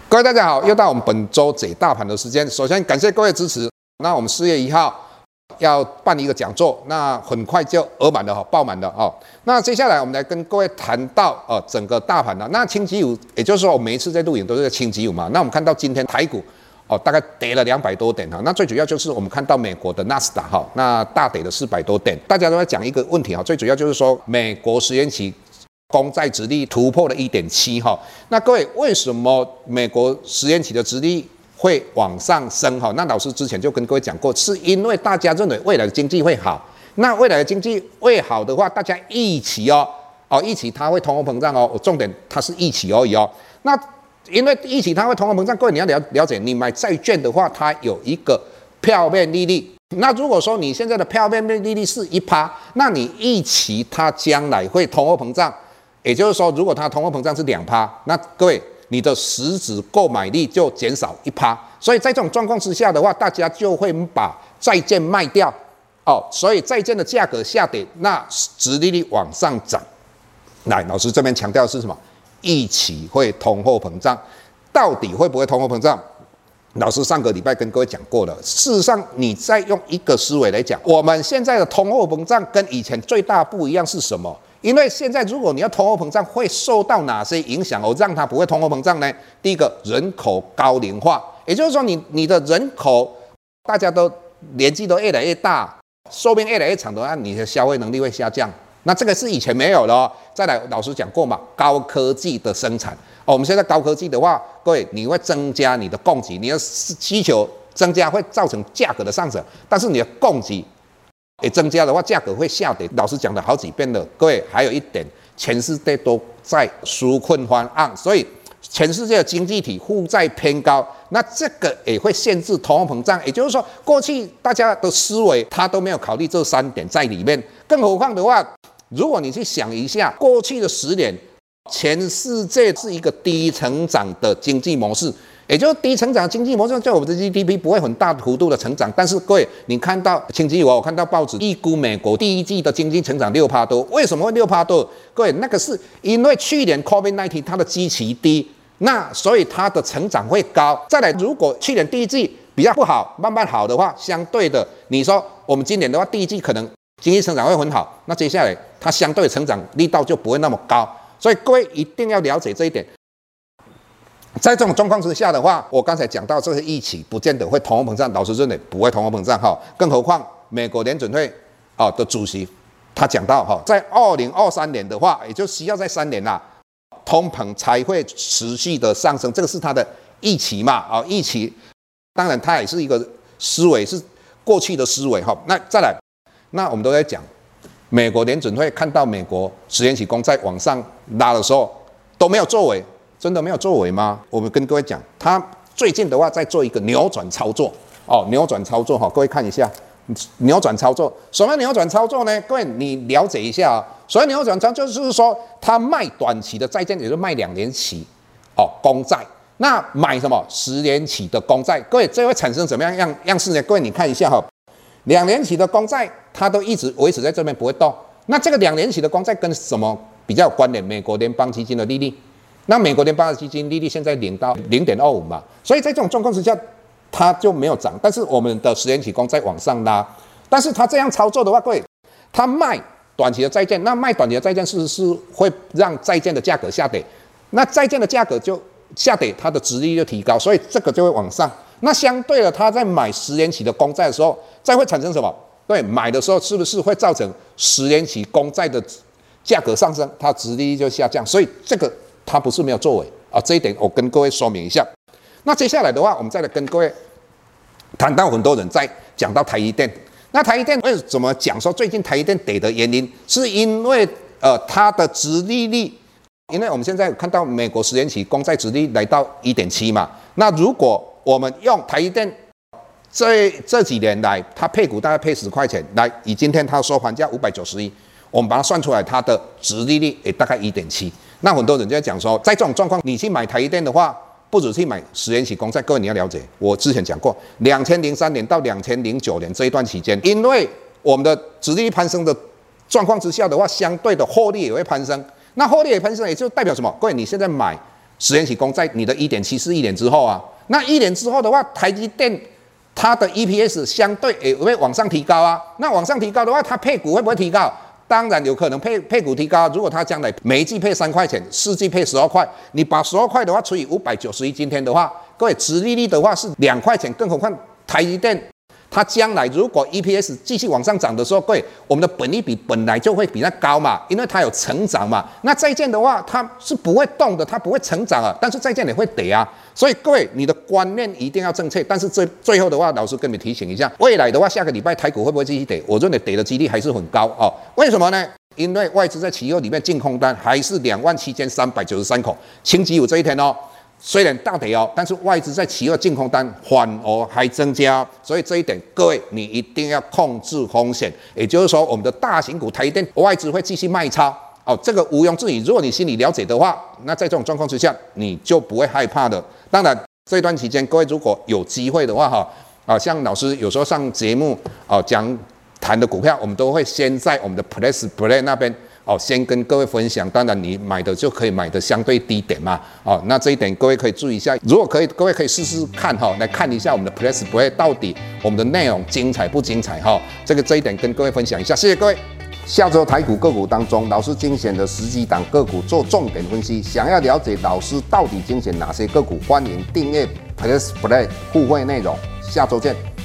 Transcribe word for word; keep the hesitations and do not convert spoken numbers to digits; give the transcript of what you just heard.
各位大家好，又到我们本周解大盘的时间。首先感谢各位支持。那我们四月一号要办一个讲座，那很快就额满了哈，爆满了哦。那接下来我们来跟各位谈到呃整个大盘了。那星期五，也就是说我每一次在录影都是在星期五嘛。那我们看到今天台股哦大概跌了两百多点哈。那最主要就是我们看到美国的纳斯达哈，那大跌了四百多点。大家都在讲一个问题哈，最主要就是说美国十年期公债殖利率突破了 一点七 哈，那各位为什么美国十年期的殖利率会往上升哈？那老师之前就跟各位讲过，是因为大家认为未来的经济会好，那未来的经济会好的话，大家预期哦哦预期它会通货膨胀哦，重点它是预期而已哦。那因为预期它会通货膨胀，各位你要了了解，你买债券的话，它有一个票面利率。那如果说你现在的票面利率是一趴，那你预期它将来会通货膨胀。也就是说，如果它通货膨胀是两趴，那各位你的实质购买力就减少一趴，所以在这种状况之下的话，大家就会把债券卖掉哦，所以债券的价格下跌，那殖利率往上涨。来，老师这边强调的是什么？预期会通货膨胀，到底会不会通货膨胀？老师上个礼拜跟各位讲过了。事实上，你再用一个思维来讲，我们现在的通货膨胀跟以前最大不一样是什么？因为现在如果你要通货膨胀，会受到哪些影响哦？让它不会通货膨胀呢？第一个，人口高龄化，也就是说你，你的人口大家都年纪都越来越大，寿命越来越长的话，你的消费能力会下降。那这个是以前没有的哦。再来，老师讲过嘛，高科技的生产哦，我们现在高科技的话，各位你会增加你的供给，你的需求增加会造成价格的上涨，但是你的供给也增加的话，价格会下跌。老师讲了好几遍了，各位还有一点，全世界都在纾困方案，所以全世界的经济体负债偏高，那这个也会限制通货膨胀。也就是说，过去大家的思维他都没有考虑这三点在里面，更何况的话，如果你去想一下，过去的十年，全世界是一个低成长的经济模式。也就是低成长的经济模式，就我们的 G D P 不会很大幅度的成长，但是各位，你看到星期五我看到报纸预估美国第一季的经济成长六趴多，为什么会六趴多？各位，那个是因为去年 COVID 十九 它的基期低，那所以它的成长会高。再来，如果去年第一季比较不好，慢慢好的话，相对的，你说我们今年的话，第一季可能经济成长会很好，那接下来它相对的成长力道就不会那么高，所以各位一定要了解这一点。在这种状况之下的话，我刚才讲到这些预期不见得会通货膨胀，老师认为不会通货膨胀哈，更何况美国联准会啊的主席他讲到哈，在二零二三年的话，也就需要在三年啦，通膨才会持续的上升，这个是他的预期嘛啊预期，当然他也是一个思维，是过去的思维哈。那再来，那我们都在讲美国联准会看到美国十年期公债往上拉的时候都没有作为。真的没有作为吗？我们跟各位讲，他最近的话在做一个扭转操作哦，扭转操作哈，各位看一下，扭转操作，什么扭转操作呢？各位你了解一下啊、哦。所谓扭转操作，就是说他卖短期的债券，也就是卖两年期哦公债，那买什么十年期的公债？各位这会产生什么样样样式呢？各位你看一下哈、哦，两年期的公债它都一直维持在这边不会动，那这个两年期的公债跟什么比较有关联？美国联邦基金的利率。那美国联邦的基金利率现在零到零点二五嘛，所以在这种状况之下，它就没有涨。但是我们的十年期公债往上拉，但是它这样操作的话，各位，它卖短期的债券，那卖短期的债券是不是会让债券的价格下跌？那债券的价格就下跌，它的殖利率就提高，所以这个就会往上。那相对的，他在买十年期的公债的时候，再会产生什么？对，买的时候是不是会造成十年期公债的价格上升，它殖利率就下降？所以这个。他不是没有作为啊，这一点我跟各位说明一下。那接下来的话，我们再来跟各位谈到很多人在讲到台积电。那台积电为什么讲说最近台积电跌的原因，是因为呃它的殖利率，因为我们现在看到美国十年期公债殖利率来到 一点七 嘛。那如果我们用台积电这这几年来，它配股大概配十块钱，来以今天它收盘价五百九十一，我们把它算出来，它的殖利率也大概 一点七。那很多人就在讲说，在这种状况，你去买台积电的话，不只去买十年期公债。各位你要了解，我之前讲过，两千零三年到两千零九年这一段期间，因为我们的殖利率攀升的状况之下的话，相对的获利也会攀升。那获利也攀升，也就代表什么？各位你现在买十年期公债你的一点七四一年之后啊，那一年之后的话，台积电它的 E P S 相对也会往上提高啊。那往上提高的话，它配股会不会提高？当然有可能配配股提高。如果它将来每一季配三块钱，四季配十二块，你把十二块的话除以五百九十一，今天的话，各位殖利率的话是两块钱，更何况台积电。它将来如果 E P S 继续往上涨的时候，各位，我们的本益比本来就会比它高嘛，因为它有成长嘛。那债券的话，它是不会动的，它不会成长啊，但是债券也会跌啊。所以各位，你的观念一定要正确。但是最最后的话，老师跟你提醒一下，未来的话，下个礼拜台股会不会继续跌？我认为跌的几率还是很高哦。为什么呢？因为外资在期货里面净空单还是两万七千三百九十三口，星期五这一天哦。虽然大跌哦，但是外资在期货净空单反而还增加，所以这一点各位你一定要控制风险。也就是说，我们的大型股台积电外资会继续卖超哦，这个毋庸置疑。如果你心里了解的话，那在这种状况之下，你就不会害怕的。当然，这段期间各位如果有机会的话哈，啊，像老师有时候上节目啊讲谈的股票，我们都会先在我们的 Plus Play 那边。哦，先跟各位分享，当然你买的就可以买的相对低点嘛。哦，那这一点各位可以注意一下。如果可以，各位可以试试看哈、哦，来看一下我们的 Plus Play 到底我们的内容精彩不精彩哈、哦。这个这一点跟各位分享一下，谢谢各位。下周台股个股当中，老师精选的十几档个股做重点分析。想要了解老师到底精选哪些个股，欢迎订阅 Plus Play 互惠内容。下周见。